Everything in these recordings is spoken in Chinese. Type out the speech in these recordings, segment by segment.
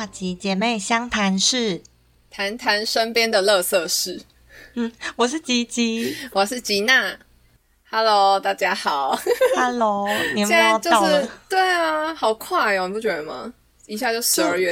集姐妹相谈室， 谈谈身边的垃圾事。 我是吉吉， 我是吉娜。Hello， 大家好。 Hello， 年末要到了， 对啊，好快哦，你不觉得吗？一下就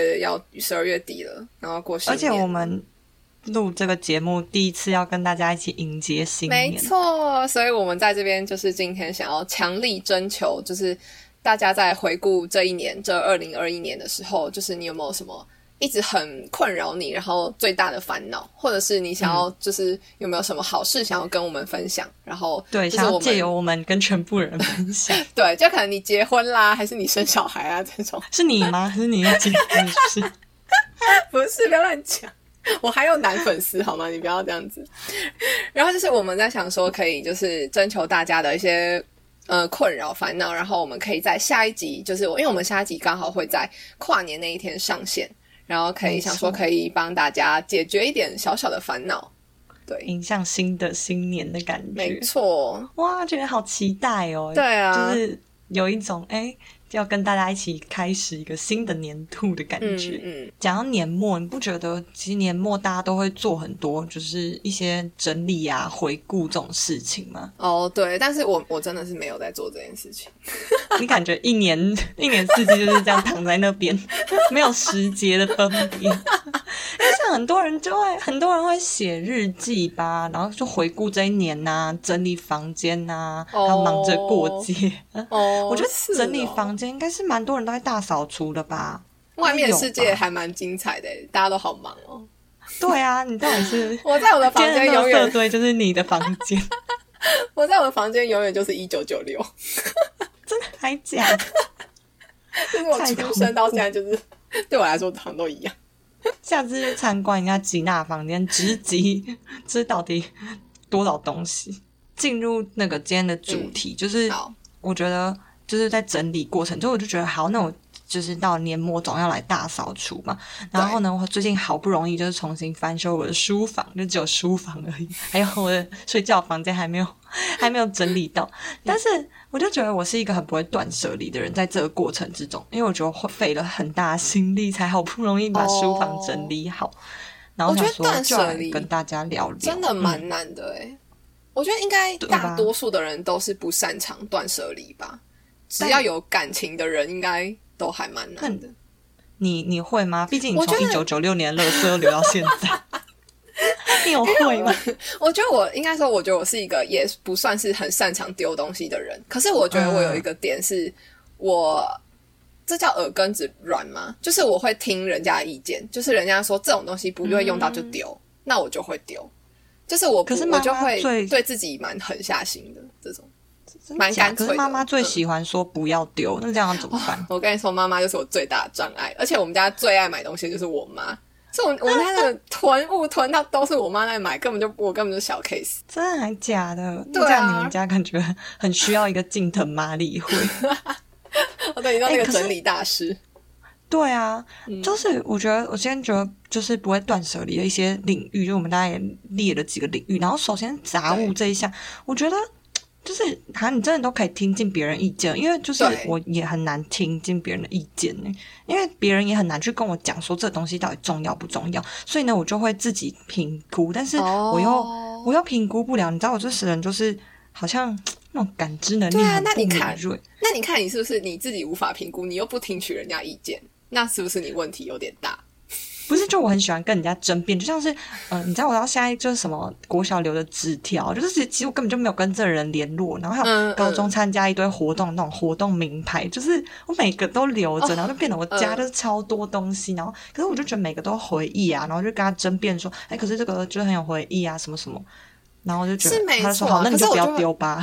12月底了，然后过新年。 而且我们录这个节目第一次要跟大家一起迎接新年， 没错，所以我们在这边就是今天想要强力征求，就是大家在回顾这一年，这2021年的时候，就是你有没有什么一直很困扰你，然后最大的烦恼，或者是你想要就是有没有什么好事想要跟我们分享，然后对，想要借由我们跟全部人分享。 对，就可能你结婚啦，还是你生小孩啊这种。 是你吗？是你要结婚是不是？ 不是，不要乱讲。我还有男粉丝好吗？你不要这样子。然后就是我们在想说，可以就是征求大家的一些困扰烦恼，然后我们可以在下一集，就是因为我们下一集刚好会在跨年那一天上线，然后可以想说可以帮大家解决一点小小的烦恼，对， 迎向新的新年的感觉。 没错， 哇，觉得好期待哦。 对啊， 就是有一种要跟大家一起开始一个新的年度的感觉。讲到年末，你不觉得其实年末大家都会做很多就是一些整理啊回顾这种事情吗？ 哦，对，但是我真的是没有在做这件事情。 你感觉一年四季就是这样躺在那边，没有时节的分别。因为像很多人会写日记吧，然后就回顾这一年啊，整理房间啊，还有忙着过节。我觉得整理房间应该是蛮多人都在大扫除的吧。 外面的世界还蛮精彩的，大家都好忙哦。 对啊，你到底是我在我的房间永远垃圾堆就是你的房间。 我在我的房间永远就是1996。 真的还假的？ 就是我出生到现在，就是对我来说好像都一样。 下次去参观一下吉娜房间，直击这到底多少东西。进入那个今天的主题，就是我觉得就是在整理过程中，我就觉得好，那我就是到年末总要来大扫除嘛。然后呢，我最近好不容易就是重新翻修我的书房，就只有书房而已，还有我的睡觉房间还没有整理到。但是我就觉得我是一个很不会断舍离的人，在这个过程之中，因为我觉得费了很大的心力，才好不容易把书房整理好。然后我觉得断舍离跟大家聊聊， 真的蛮难的我觉得应该大多数的人都是不擅长断舍离吧，只要有感情的人应该都还蛮难的。 你会吗？毕竟你从1996年的垃圾留到现在。你有会吗？ 我觉得我是一个也不算是很擅长丢东西的人，可是我觉得我有一个点是这叫耳根子软吗？就是我会听人家的意见，就是人家说这种东西不会用到就丢，那我就会丢。就是我就会对自己蛮狠下心的，这种蛮干脆的。 可是妈妈最喜欢说不要丢，那这样怎么办？ 我跟你说，妈妈就是我最大的障碍，而且我们家最爱买东西就是我妈，所以我们家的囤物囤到都是我妈在买，我根本就小 case。 真的还假的？ 对啊， 这样你们家感觉很需要一个近藤麻里惠。 对，你当那个整理大师。 对啊，就是我现在觉得就是不会断舍离的一些领域，就我们大概也列了几个领域。然后首先杂物这一项，我觉得就是你真的都可以听进别人意见，因为就是我也很难听进别人的意见呢，因为别人也很难去跟我讲说这东西到底重要不重要，所以呢我就会自己评估，但是我又评估不了，你知道我这人就是好像那种感知能力很不敏锐。 那你看你是不是你自己无法评估，你又不听取人家意见，那是不是你问题有点大？ 不是，就我很喜欢跟人家争辩，就像是你知道我到现在就是什么国小留的纸条，就是其实我根本就没有跟这个人联络，然后还有高中参加一堆活动那种活动名牌，就是我每个都留着，然后就变得我家就是超多东西，然后可是我就觉得每个都回忆啊，然后就跟他争辩说可是这个就是很有回忆啊什么什么，然后我就觉得他就说好，那你就不要丢吧。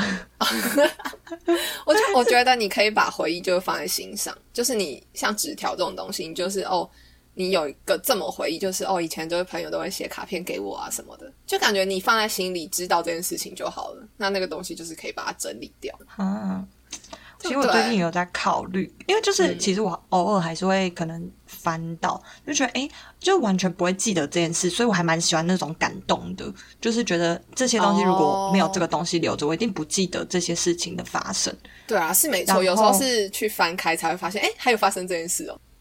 我觉得你可以把回忆就放在心上，就是你像纸条这种东西，你就是你有一个这么回忆，就是以前就是朋友都会写卡片给我啊什么的，就感觉你放在心里知道这件事情就好了，那个东西就是可以把它整理掉。 其实我最近有在考虑，因为就是其实我偶尔还是会可能翻到，就觉得就完全不会记得这件事，所以我还蛮喜欢那种感动的，就是觉得这些东西如果没有这个东西留着，我一定不记得这些事情的发生。 对啊，是没错，有时候是去翻开才会发现还有发生这件事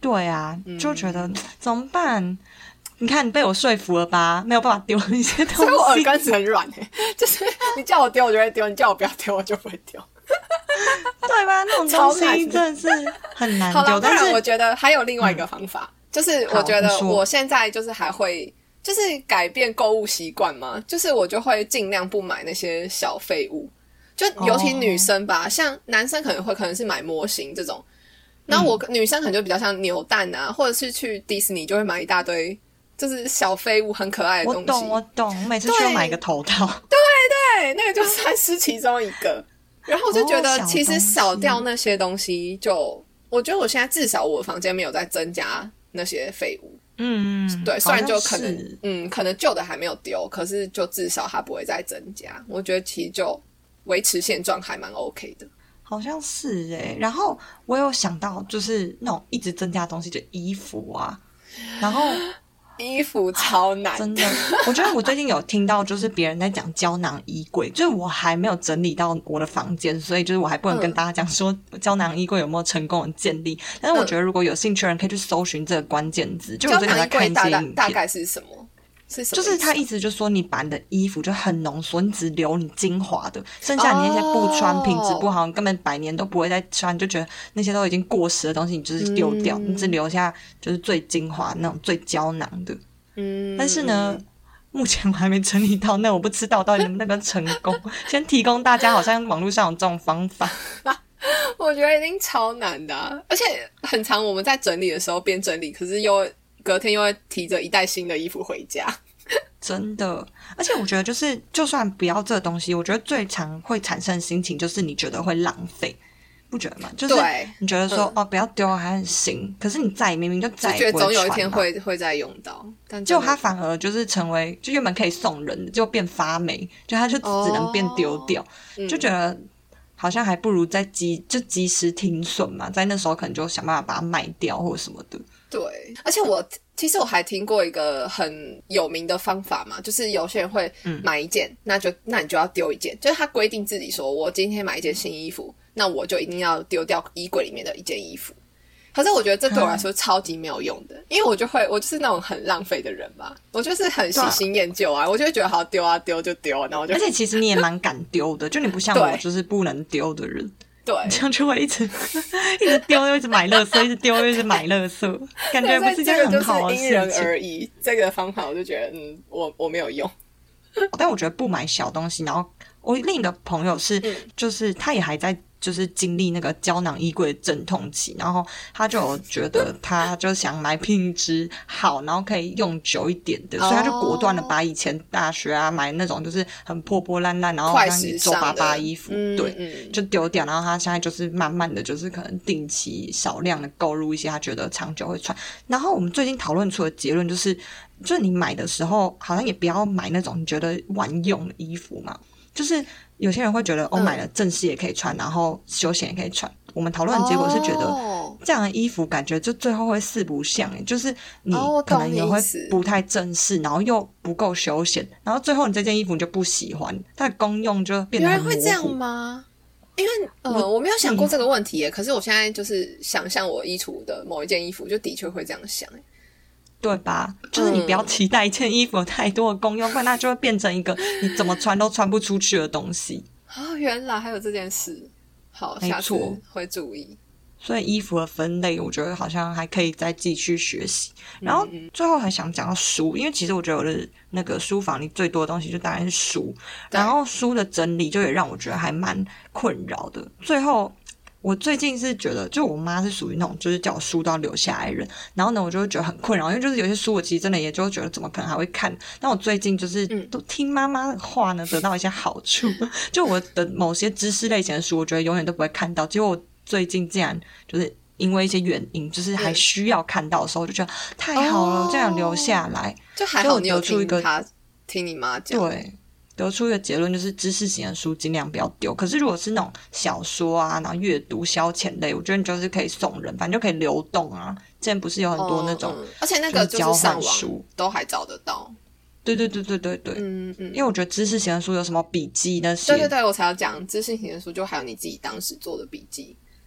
对啊，就觉得怎么办？你看你被我说服了吧？没有办法丢一些东西。 所以我耳根子很软就是你叫我丢我就会丢，你叫我不要丢我就不会丢。 对吧？那种东西真的是很难丢。 好了，当然但是我觉得还有另外一个方法，就是我觉得我现在就是还会就是改变购物习惯嘛，就是我就会尽量不买那些小废物，就尤其女生吧，像男生可能是买模型这种，然后女生可能就比较像扭蛋啊，或者是去迪士尼就会买一大堆就是小废物很可爱的东西。 我懂，我每次去买一个头套。 对，那个就算是其中一个。然后我就觉得其实少掉那些东西就我觉得我现在至少我房间没有在增加那些废物。对，虽然就可能可能旧的还没有丢，可是就至少它不会再增加。我觉得其实就维持现状还蛮 OK 的。 好像是然后我有想到就是那种一直增加的东西，就衣服啊，然后衣服超难真的。我觉得我最近有听到就是别人在讲胶囊衣柜，就是我还没有整理到我的房间，所以就是我还不能跟大家讲说胶囊衣柜有没有成功的建立。但是我觉得如果有兴趣的人可以去搜寻这个关键字。就我最近在看一些影片， 大概是什么？ 就是他意思就是说你把你的衣服就很浓缩，你只留你精华的，剩下你那些不穿品质不好，你根本100年都不会再穿，就觉得那些都已经过时的东西你就是丢掉，你只留下就是最精华那种最胶囊的。但是呢目前我还没整理到，那我不知道到底能不能成功。先提供大家，好像网络上有这种方法。 我觉得一定超难的而且很常我们在整理的时候边整理，可是隔天又会提着一袋新的衣服回家。 真的，而且我觉得就是就算不要这个东西，我觉得最常会产生的心情就是你觉得会浪费，不觉得吗？就是你觉得说不要丢还很行，可是你明明就再也不会穿嘛，就觉得总有一天会再用到，但就它反而就是成为就原本可以送人的就变发霉，就它就只能变丢掉，就觉得好像还不如在及时停损嘛，在那时候可能就想办法把它卖掉或什么的。 对，而且其实我还听过一个很有名的方法嘛，就是有些人会买一件，那你就要丢一件，就是他规定自己说我今天买一件新衣服，那我就一定要丢掉衣柜里面的一件衣服。可是我觉得这对我来说超级没有用的，因为我就是那种很浪费的人吧，我就是很喜新厌旧啊，我就会觉得好丢啊，丢就丢，然后而且其实你也蛮敢丢的，就你不像我就是不能丢的人。 对， 这样就会一直丢又一直买垃圾，一直丢又一直买垃圾，感觉不是件很好的事情。 因人而异，这个方法我就觉得我没有用。 但我觉得不买小东西，然后我另一个朋友是就是他也还在就是经历那个胶囊衣柜的阵痛期，然后他就有觉得他就想买品质好然后可以用久一点的，所以他就果断的把以前大学买那种就是很破破烂烂然后像你皱巴巴衣服对就丢掉，然后他现在就是慢慢的就是可能定期少量的购入一些他觉得长久会穿。然后我们最近讨论出的结论就是你买的时候好像也不要买那种你觉得晚用的衣服嘛，就是有些人会觉得买了正式也可以穿，然后休闲也可以穿。我们讨论的结果是觉得这样的衣服感觉就最后会四不像就是你可能也会不太正式，然后又不够休闲，然后最后你这件衣服你就不喜欢，它的功用就变得很模糊。 原来会这样吗？因为我没有想过这个问题耶，可是我现在就是想象我衣橱的某一件衣服就的确会这样想耶， 对吧？就是你不要期待一件衣服有太多的功用，不然它就会变成一个你怎么穿都穿不出去的东西。 原来还有这件事，好，下次会注意。 所以衣服的分类我觉得好像还可以再继续学习。然后最后还想讲到书，因为其实我觉得我的那个书房里最多的东西就当然是书，然后书的整理就也让我觉得还蛮困扰的。最后我最近是觉得就我妈是属于那种就是叫我书都要留下来的人，然后呢我就会觉得很困扰，因为就是有些书我其实真的也就觉得怎么可能还会看，但我最近就是都听妈妈的话呢得到一些好处就我的某些知识类型的书我觉得永远都不会看到，结果我最近竟然就是因为一些原因就是还需要看到的时候就觉得太好了，我这样留下来。 就还好你有听你妈讲。 对，得出一个结论就是知识型的书尽量不要丢，可是如果是那种小说啊然后阅读消遣类我觉得你就是可以送人，反正就可以流动啊，之前不是有很多那种而且那个就是上网都还找得到。 对因为我觉得知识型的书有什么笔记那些， 对我才要讲知识型的书就还有你自己当时做的笔记。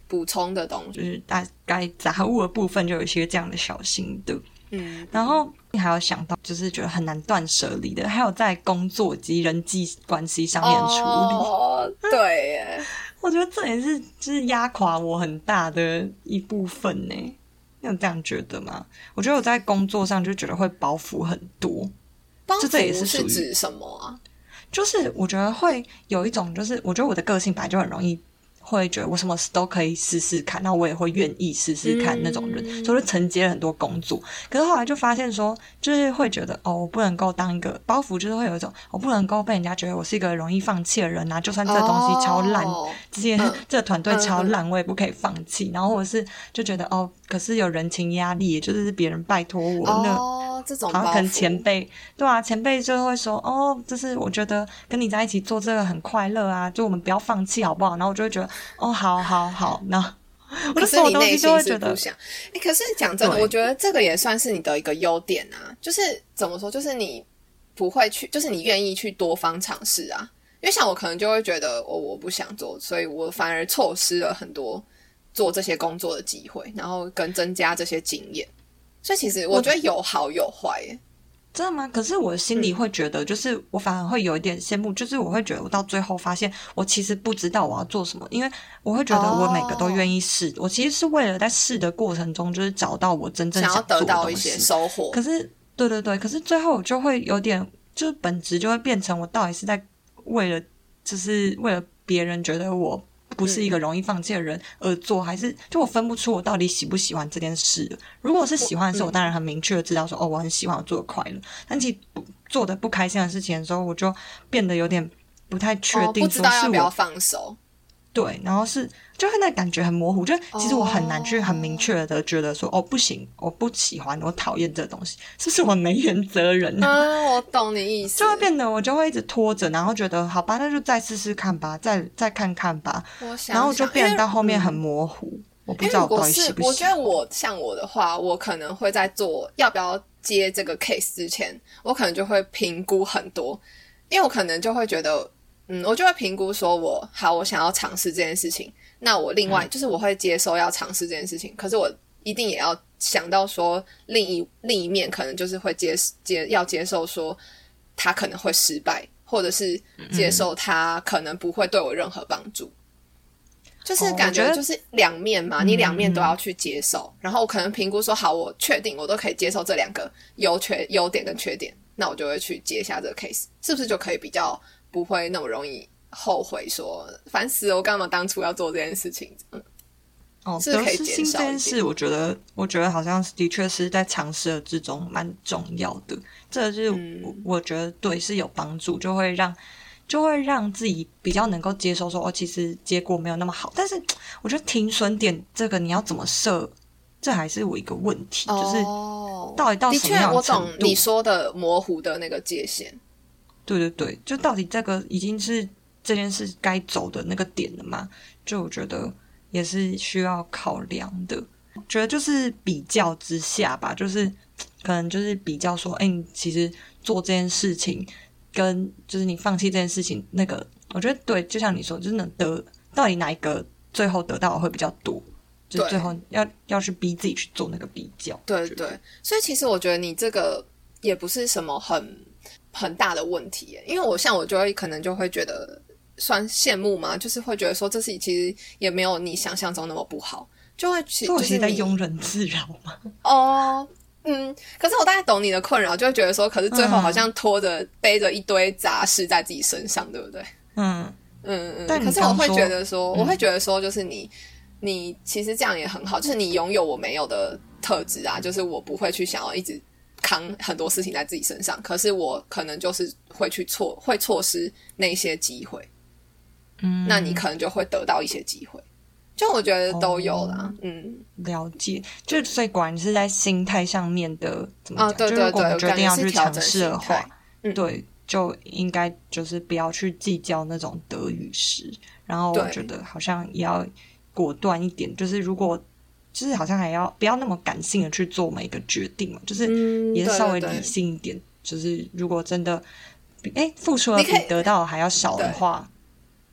补充的东西， 就是大概杂物的部分就有一些这样的小心得。然后还有想到就是觉得很难断舍离的，还有在工作及人际关系上面处理。 对耶， 我觉得这也是就是压垮我很大的一部分呢。你有这样觉得吗？我觉得我在工作上就觉得会包袱很多。 包这也是袱是指什么啊？ 就是我觉得会有一种，就是我觉得我的个性本来就很容易会觉得我什么事都可以试试看，然后我也会愿意试试看那种人，所以就承接了很多工作。可是后来就发现说，就是会觉得我不能够当一个包袱，就是会有一种我不能够被人家觉得我是一个容易放弃的人啊，就算这个东西超烂，这个团队超烂，我也不可以放弃。然后或者是就觉得可是有人情压力，就是别人拜托我这种好像可能前辈对啊，前辈就会说就是我觉得跟你在一起做这个很快乐啊，就我们不要放弃好不好？然后我就会觉得好，那我就所有东西就会觉得不想。可是讲真的，我觉得这个也算是你的一个优点啊，就是怎么说，就是你不会去，就是你愿意去多方尝试啊。因为像我可能就会觉得我不想做，所以我反而错失了很多做这些工作的机会，然后跟增加这些经验。所以其实我觉得有好有坏耶。 真的吗？可是我心里会觉得，就是我反而会有一点羡慕，就是我会觉得我到最后发现我其实不知道我要做什么，因为我会觉得我每个都愿意试，我其实是为了在试的过程中就是找到我真正想要做的东西， 得到一些收获。 可是对，可是最后我就会有点，就是本质就会变成我到底是在为了别人觉得我不是一个容易放弃的人而做，还是就我分不出我到底喜不喜欢这件事。如果我是喜欢的事，我当然很明确的知道说我很喜欢，我做的快乐。但其实做的不开心的事情的时候，我就变得有点不太确定， 不知道要不要放手。 对，然后就会那感觉很模糊，就其实我很难去很明确的觉得说不行，我不喜欢，我讨厌这个东西，是不是我没原则人我懂你意思， 就会变得我就会一直拖着，然后觉得好吧，那就再试试看吧，再看看吧，然后就变得到后面很模糊。我不知道我到底喜不喜欢。 我觉得像我的话，我可能会在做要不要接这个 case 之前，我可能就会评估很多，因为我可能就会觉得我就会评估说我想要尝试这件事情，那我另外就是我会接受要尝试这件事情，可是我一定也要想到说另一面可能就是会要接受说他可能会失败，或者是接受他可能不会对我任何帮助。就是感觉就是两面嘛，你两面都要去接受，然后我可能评估说好，我确定我都可以接受这两个优点跟缺点，那我就会去接下这个 case， 是不是就可以比较不会那么容易后悔说烦死了，我干嘛当初要做这件事情？是可以减少一点。得失心这件事， 我觉得好像的确是在尝试的之中蛮重要的，这是我觉得对是有帮助，就会让自己比较能够接受说其实结果没有那么好。但是我觉得停损点这个你要怎么设，这还是我一个问题，就是到底到什么样的程度。 的确我懂你说的模糊的那个界限。 对，就到底这个已经是这件事该走的那个点了吗？就我觉得也是需要考量的。觉得就是比较之下吧，就是可能就是比较说你其实做这件事情跟就是你放弃这件事情，那个我觉得对，就像你说，就是能到底哪一个最后得到的会比较多，就是最后要去逼自己去做那个比较。 对，所以其实我觉得你这个也不是什么很大的问题耶，因为我就会可能就会觉得算羡慕嘛，就是会觉得说这事情其实也没有你想象中那么不好，就会其实在庸人自扰嘛。可是我大概懂你的困扰，就会觉得说可是最后好像背着一堆杂事在自己身上，对不对？但可是我会觉得说就是你其实这样也很好，就是你拥有我没有的特质啊，就是我不会去想要一直扛很多事情在自己身上，可是我可能就是会错失那些机会。那你可能就会得到一些机会。就我觉得都有啦。 了解。就所以果然是在心态上面的怎么讲？ 对， 就如果我们决定要去尝试的话， 对， 就应该就是不要去计较那种得与失，然后我觉得好像也要果断一点，就是如果就是好像还要不要那么感性的去做每一个决定嘛，就是也稍微理性一点，就是如果真的付出了比得到还要少的话，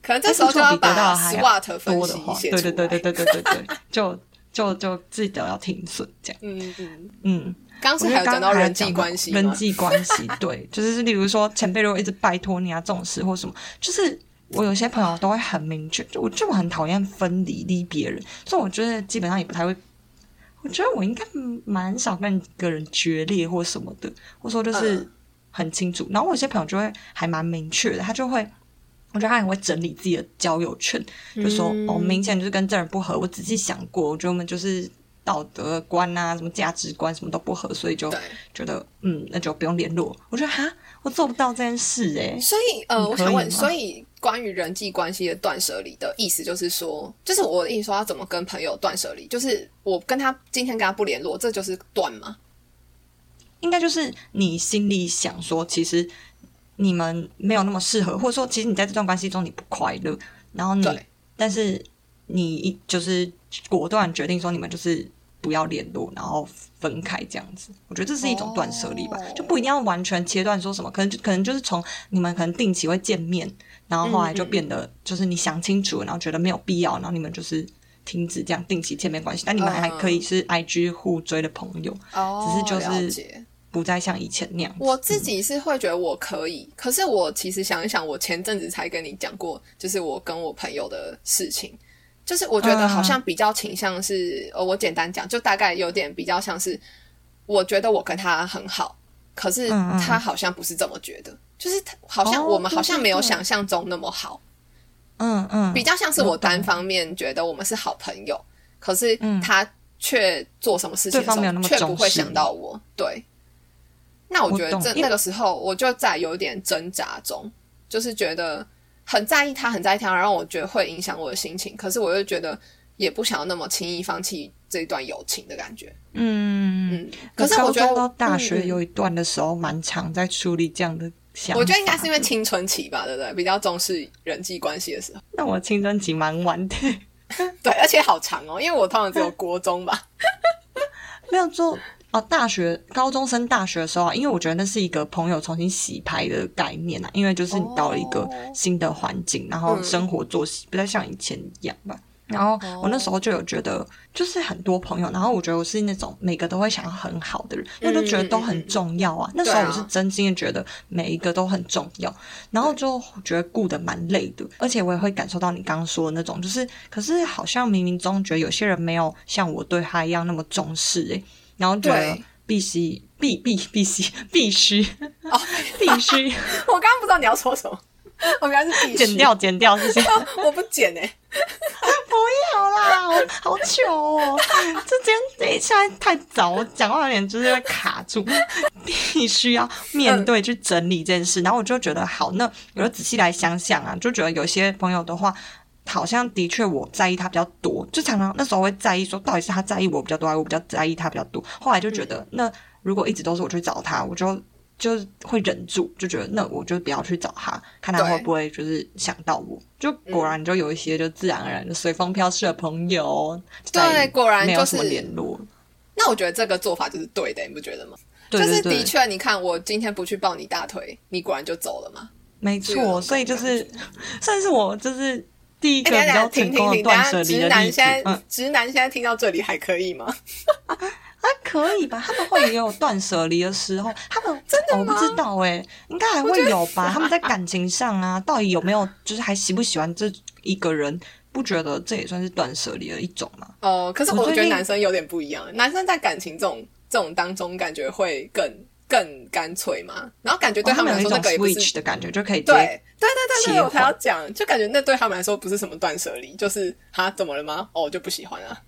可能这时候就要把还 SWOT 分析写出来。 对，就记得要停损这样。 刚是还有讲到人际关系， 人际关系对，就是例如说前辈如果一直拜托你啊这种事或什么，就是我有些朋友都会很明确，我很讨厌分离别人，所以我觉得基本上也不太会。我觉得我应该蛮少跟一个人决裂或什么的，或者说就是很清楚。然后我有些朋友就会还蛮明确的，他就会，我觉得他很会整理自己的交友圈，就说明显就是跟这人不合。我仔细想过，我觉得我们就是道德观啊、什么价值观什么都不合，所以就觉得那就不用联络。我觉得我做不到这件事所以我想问，所以关于人际关系的断舍离的意思就是说，就是我的意思说要怎么跟朋友断舍离，就是我跟他今天跟他不联络，这就是断吗？ 应该就是你心里想说，其实你们没有那么适合，或者说其实你在这段关系中你不快乐，然后但是你就是果断决定说你们就是不要联络，然后分开这样子。我觉得这是一种断舍离吧，就不一定要完全切断说什么，可能就是从你们可能定期会见面，然后后来就变得就是你想清楚，然后觉得没有必要，然后你们就是停止这样定期见面关系，但你们还可以是 IG 互追的朋友，只是就是不再像以前那样子。 我自己是会觉得我可以，可是我其实想一想，我前阵子才跟你讲过，就是我跟我朋友的事情，就是我觉得好像比较倾向是，我简单讲，就大概有点比较像是，我觉得我跟他很好，可是他好像不是这么觉得，就是好像我们好像没有想象中那么好。比较像是我单方面觉得我们是好朋友，可是他却做什么事情的时候却不会想到我。对，那我觉得那个时候我就在有点挣扎中，就是觉得很在意他，然后我觉得会影响我的心情，可是我又觉得也不想要那么轻易放弃这一段友情的感觉。可是我觉得高中到大学有一段的时候蛮常在处理这样的想法。 我觉得应该是因为青春期吧，对不对？比较重视人际关系的时候。 那我青春期蛮晚的。 对，而且好长哦，因为我通常只有国中吧。 没有做大学高中升大学的时候啊，因为我觉得那是一个朋友重新洗牌的概念啊，因为就是你到了一个新的环境，然后生活作息不再像以前一样吧。然后我那时候就有觉得就是很多朋友，然后我觉得我是那种每个都会想要很好的人，因为都觉得都很重要啊。那时候我是真心的觉得每一个都很重要，然后就觉得顾得蛮累的，而且我也会感受到你刚刚说的那种，就是可是好像冥冥中觉得有些人没有像我对他一样那么重视然后觉得必须我刚刚不知道你要说什么，我刚刚是必须剪掉谢谢。 我不剪不要啦，好糗哦！这现在太早，我讲话有点就是会卡住，必须要面对去整理这件事。然后我就觉得好，那我就仔细来想想啊，就觉得有些朋友的话，好像的确我在意他比较多，就常常那时候会在意说，到底是他在意我比较多，还是我比较在意他比较多？后来就觉得，那如果一直都是我去找他，我就会忍住，就觉得那我就不要去找他，看他会不会就是想到我。就果然就有一些就自然而然的随风飘逝的朋友， 对，果然没有什么联络。 那我觉得这个做法就是对的，你不觉得吗？ 对， 就是的确，你看我今天不去抱你大腿，你果然就走了嘛。 没错，所以就是算是我就是第一个比较成功的断舍离的例子。 直男现在听到这里还可以吗？ 可以吧？他们会也有断舍离的时候，他们真的吗？ 我不知道应该还会有吧？他们在感情上啊，到底有没有就是还喜不喜欢这一个人？不觉得这也算是断舍离的一种吗？ 可是我觉得男生有点不一样，男生在感情这种当中，感觉会更干脆嘛，然后感觉对他们来说那个也不是 switch 的感觉，就可以对，我才要讲，就感觉那对他们来说不是什么断舍离，就是怎么了吗？我就不喜欢啊。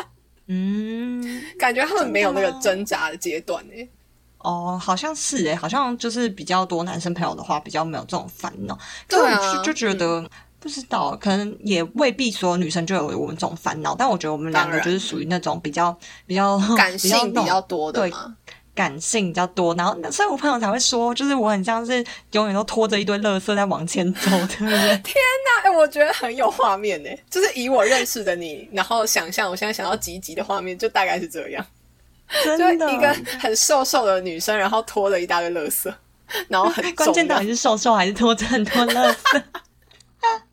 感觉他们没有那个挣扎的阶段好像是好像就是比较多男生朋友的话，比较没有这种烦恼。 对啊， 就觉得不知道，可能也未必所有女生就有我们这种烦恼，但我觉得我们两个就是属于那种比较感性比较多的嘛。 感性比较多，然后所以我朋友才会说，就是我很像是永远都拖着一堆垃圾在往前走，对不对？ 天哪，我觉得很有画面就是以我认识的你，然后想象我现在想到吉吉的画面，就大概是这样， 真的， 就一个很瘦瘦的女生，然后拖了一大堆垃圾，然后很重， 关键到底是瘦瘦还是拖着很多垃圾？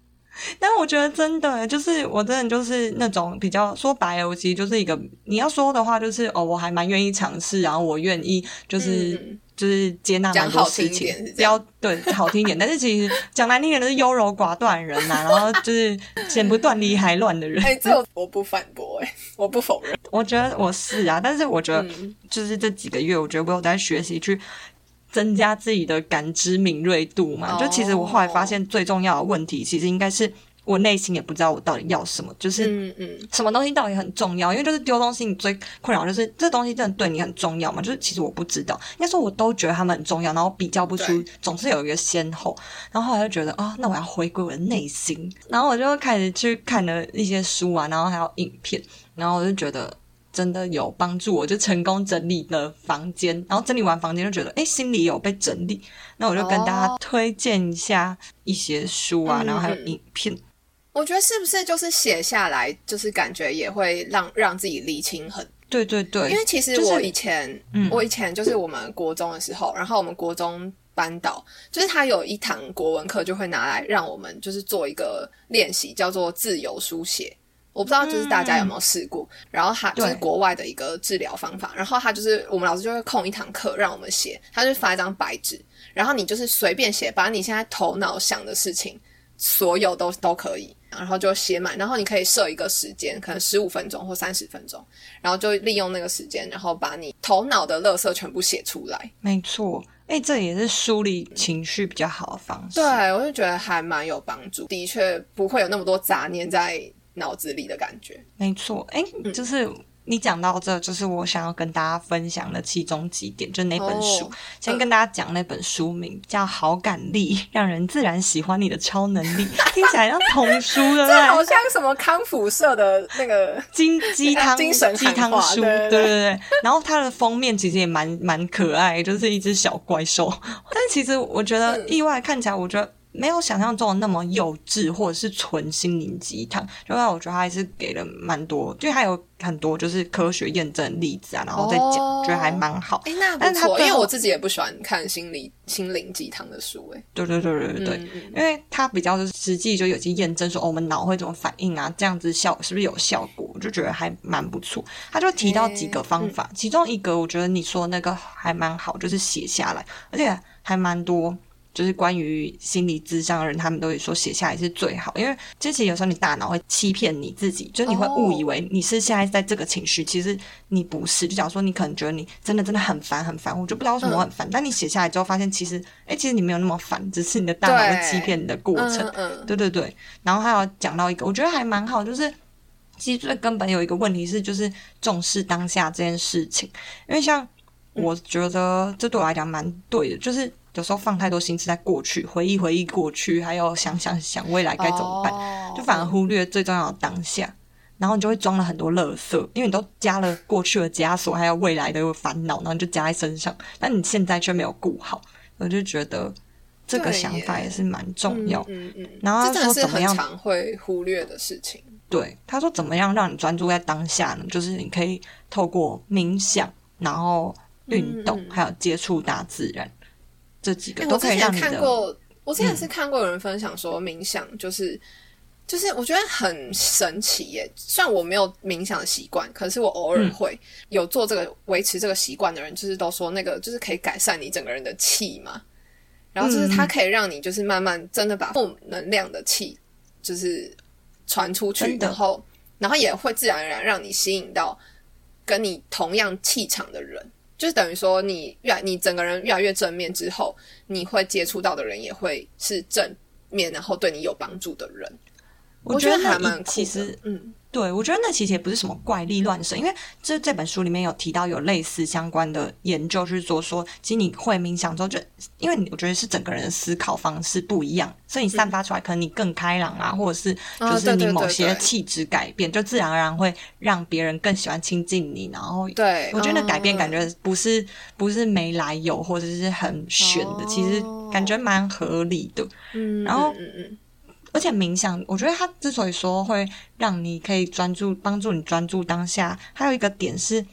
但我觉得真的就是我真的就是那种比较说白了，我其实就是一个你要说的话就是我还蛮愿意尝试，然后我愿意就是接纳蛮多事情，不要对好听一点，但是其实讲难听点的是优柔寡断人呐，然后就是剪不断理还乱的人。 这我不反驳我不否认。 我觉得我是啊，但是我觉得就是这几个月，我觉得我有在学习去增加自己的感知敏锐度嘛。就其实我后来发现最重要的问题，其实应该是我内心也不知道我到底要什么，就是什么东西到底很重要，因为就是丢东西你最困扰就是这东西真的对你很重要嘛，就是其实我不知道，应该说我都觉得他们很重要，然后比较不出，总是有一个先后，然后后来就觉得那我要回归我的内心，然后我就开始去看了一些书啊，然后还有影片，然后我就觉得真的有帮助我，就成功整理了房间，然后整理完房间就觉得心里有被整理，那我就跟大家推荐一下一些书啊，然后还有影片。 我觉得是不是就是写下来，就是感觉也会让自己理清很对对对， 因为其实我以前、我以前就是我们国中的时候，然后我们国中班导就是他有一堂国文课就会拿来让我们就是做一个练习，叫做自由书写。我不知道就是大家有没有试过，然后他就是国外的一个治疗方法，然后他就是我们老师就会空一堂课让我们写，他就发一张白纸，然后你就是随便写，把你现在头脑想的事情所有都可以，然后就写满，然后你可以设一个时间，可能15分钟或30分钟，然后就利用那个时间，然后把你头脑的垃圾全部写出来。 没错，这也是梳理情绪比较好的方式。 对，我就觉得还蛮有帮助，的确不会有那么多杂念在脑子里的感觉。 没错，就是你讲到这，就是我想要跟大家分享的其中几点，就是那本书。先跟大家讲那本书名叫《好感力：让人自然喜欢你的超能力》，听起来像童书，对不对？ 这好像什么康复社的那个鸡汤精神鸡汤书，对对对。然后它的封面其实也蛮可爱，就是一只小怪兽。但其实我觉得意外看起来，我觉得没有想象中的那么幼稚或者是纯心灵鸡汤，就让我觉得他还是给了蛮多，就还有很多就是科学验证的例子啊，然后再讲，觉得还蛮好。 那不错，因为我自己也不喜欢看心灵鸡汤的书。 对对对对对，因为他比较实际，就有些验证说我们脑会怎么反应啊，这样子是不是有效果，我就觉得还蛮不错。他就提到几个方法，其中一个我觉得你说的那个还蛮好，就是写下来，而且还蛮多。就是关于心理咨商的人，他们都会说写下来是最好，因为其实有时候你大脑会欺骗你自己，就是你会误以为你是现在在这个情绪，其实你不是。就假如说你可能觉得你真的很烦，我就不知道为什么我很烦，但你写下来之后发现其实你没有那么烦，只是你的大脑会欺骗你的过程。对对对。然后还有讲到一个我觉得还蛮好，就是其实最根本有一个问题是就是重视当下这件事情，因为像我觉得这对我来讲蛮对的，就是有时候放太多心思在过去，回忆过去，还有想未来该怎么办，就反而忽略最重要的当下，然后你就会装了很多垃圾，因为你都加了过去的枷锁，还有未来的烦恼，然后你就加在身上，但你现在却没有顾好，我就觉得这个想法也是蛮重要。然后他说怎么样， 这真的是很常会忽略的事情。 对，他说怎么样让你专注在当下呢？就是你可以透过冥想，然后运动，还有接触大自然。这几个都可以让你的。 我之前是看过有人分享说，冥想就是我觉得很神奇耶。虽然我没有冥想的习惯，可是我偶尔会有做这个维持这个习惯的人，就是都说那个就是可以改善你整个人的气嘛。然后就是它可以让你就是慢慢真的把负能量的气就是传出去，然后也会自然而然让你吸引到跟你同样气场的人。就是等于说你整个人越来越正面之后，你会接触到的人也会是正面，然后对你有帮助的人。我觉得还蛮酷的。 其实对，我觉得那其实也不是什么怪力乱神，因为这本书里面有提到有类似相关的研究，就是说其实你会冥想之后，就因为我觉得是整个人的思考方式不一样，所以你散发出来可能你更开朗啊，或者是就是你某些气质改变，就自然而然会让别人更喜欢亲近你。然后对我觉得那改变感觉不是没来由或者是很玄的，其实感觉蛮合理的。然后而且冥想我觉得它之所以说会让你可以帮助你专注当下，还有一个点是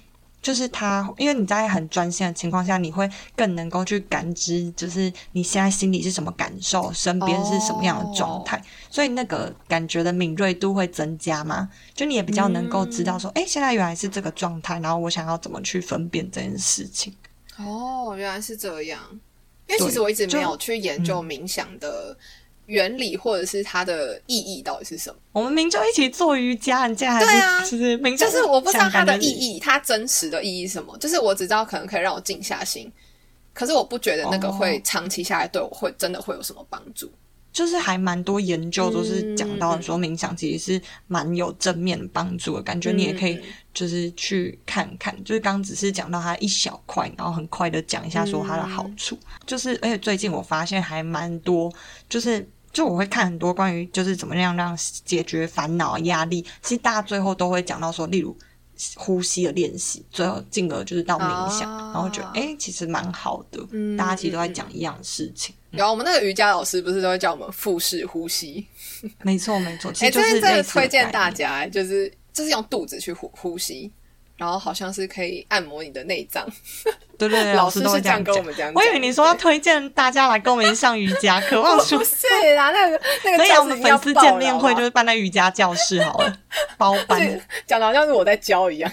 就是因为你在很专心的情况下，你会更能够去感知，就是你现在心里是什么感受，身边是什么样的状态，所以那个感觉的敏锐度会增加嘛，就你也比较能够知道说现在原来是这个状态，然后我想要怎么去分辨这件事情。 原来是这样。因为其实我一直没有去研究冥想的原理或者是它的意义到底是什么。 我们明就一起做瑜伽，你竟然还是就是冥想， 就是我不知道它的意义，它真实的意义是什么。就是我只知道可能可以让我静下心，可是我不觉得那个会长期下来对我会真的会有什么帮助。 就是还蛮多研究都是讲到说冥想其实是蛮有正面帮助的，感觉你也可以就是去看看，就是刚只是讲到它一小块，然后很快的讲一下说它的好处，就是而且最近我发现还蛮多，就我会看很多关于就是怎么样让解决烦恼压力，其实大家最后都会讲到说例如呼吸的练习，最后进而就是到冥想，然后觉得其实蛮好的，大家其实都在讲一样的事情。 然后我们那个瑜伽老师不是都会教我们腹式呼吸？ 没错没错，其实就是真的推荐大家，就是用肚子去呼吸，然后好像是可以按摩你的内脏。 对对对， 老师都会是这样跟我们讲。 我以为你说要推荐大家来跟我们上瑜伽课，我说不是啦，那个可以啊，我们粉丝见面会就是办在瑜伽教室好了，包班， 讲的好像是我在教一样。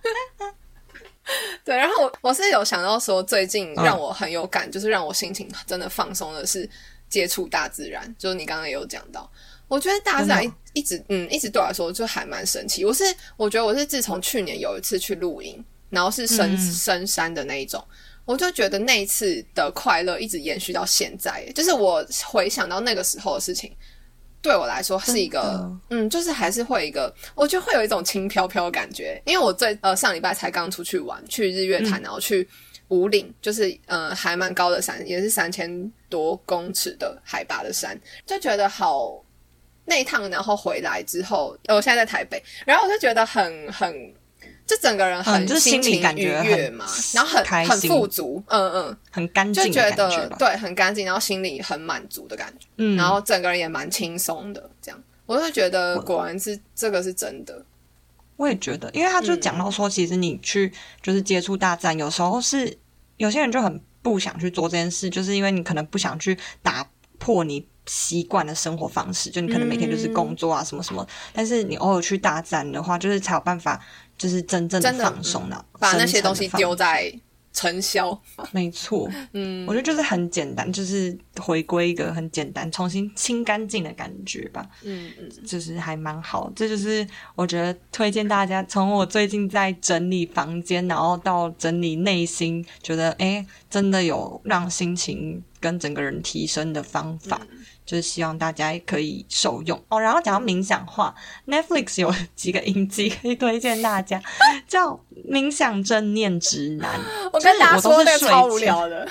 对，然后我是有想到说，最近让我很有感，就是让我心情真的放松的是接触大自然，就是你刚刚也有讲到，我觉得大自然一直对我来说就还蛮神奇。我觉得我是自从去年有一次去露营，然后是深山的那一种，我就觉得那一次的快乐一直延续到现在，就是我回想到那个时候的事情，对我来说是一个就是还是会一个，我觉得会有一种轻飘飘的感觉。因为我上礼拜才刚出去玩，去日月潭，然后去武岭，就是还蛮高的山，也是3000多公尺的海拔的山，就觉得好。那一趟然后回来之后，我现在在台北，然后我就觉得很就整个人很就是心理感觉愉悦嘛，然后很富足， 很干净的感觉吧， 就觉得对很干净，然后心里很满足的感觉，然后整个人也蛮轻松的，这样我就觉得果然是这个是真的。 我也觉得，因为他就讲到说，其实你去就是接触大自然，有时候是有些人就很不想去做这件事，就是因为你可能不想去打破你习惯的生活方式，就你可能每天就是工作啊什么什么，但是你偶尔去大自然的话，就是才有办法就是真正的放松了， 把那些东西丢在尘嚣。 没错，我觉得就是很简单，就是回归一个很简单重新清干净的感觉吧，就是还蛮好。这就是我觉得推荐大家，从我最近在整理房间，然后到整理内心，觉得真的有让心情跟整个人提升的方法，就是希望大家也可以受用哦。然后讲到冥想话 Netflix 有几个影集可以推荐大家，叫冥想正念指南。 我跟大家说那个超无聊的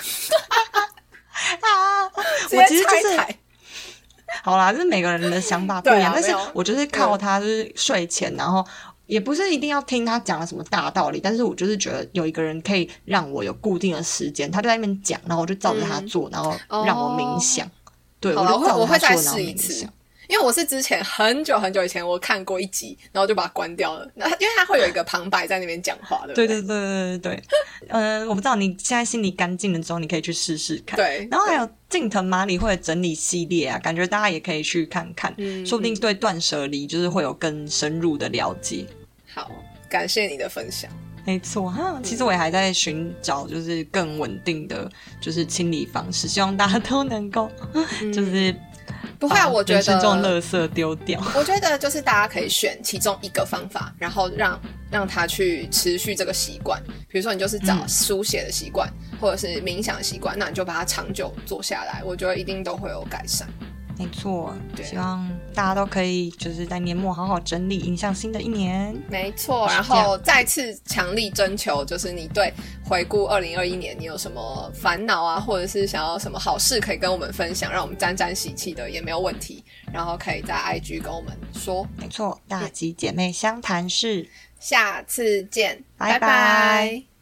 我其实就是好啦，就是每个人的想法不一样，但是我就是靠他就是睡前，然后也不是一定要听他讲了什么大道理，但是我就是觉得有一个人可以让我有固定的时间，他就在那边讲，然后我就照着他做，然后让我冥想。对， 我会再试一次，因为我是之前很久很久以前我看过一集，然后就把它关掉了，因为它会有一个旁白在那边讲话，对不对？ 对，我不知道你现在心里干净了之后，你可以去试试看。 对， 然后还有近藤麻里惠的整理系列啊，感觉大家也可以去看看，说不定对断舍离就是会有更深入的了解。 好，感谢你的分享。 没错哈，其实我也还在寻找就是更稳定的就是清理方式，希望大家都能够就是不会啊，我觉得人生中垃圾丢掉。 我觉得就是大家可以选其中一个方法，然后让他去持续这个习惯。比如说你就是找书写的习惯，或者是冥想的习惯，那你就把它长久做下来，我觉得一定都会有改善。 没错，希望大家都可以就是在年末好好整理，迎向新的一年。 没错，然后再次强力征求，就是你对回顾2021年你有什么烦恼啊，或者是想要什么好事可以跟我们分享，让我们沾沾喜气的也没有问题，然后可以在 IG 跟我们说。 没错，大吉姐妹相谈室， 下次见，拜拜拜。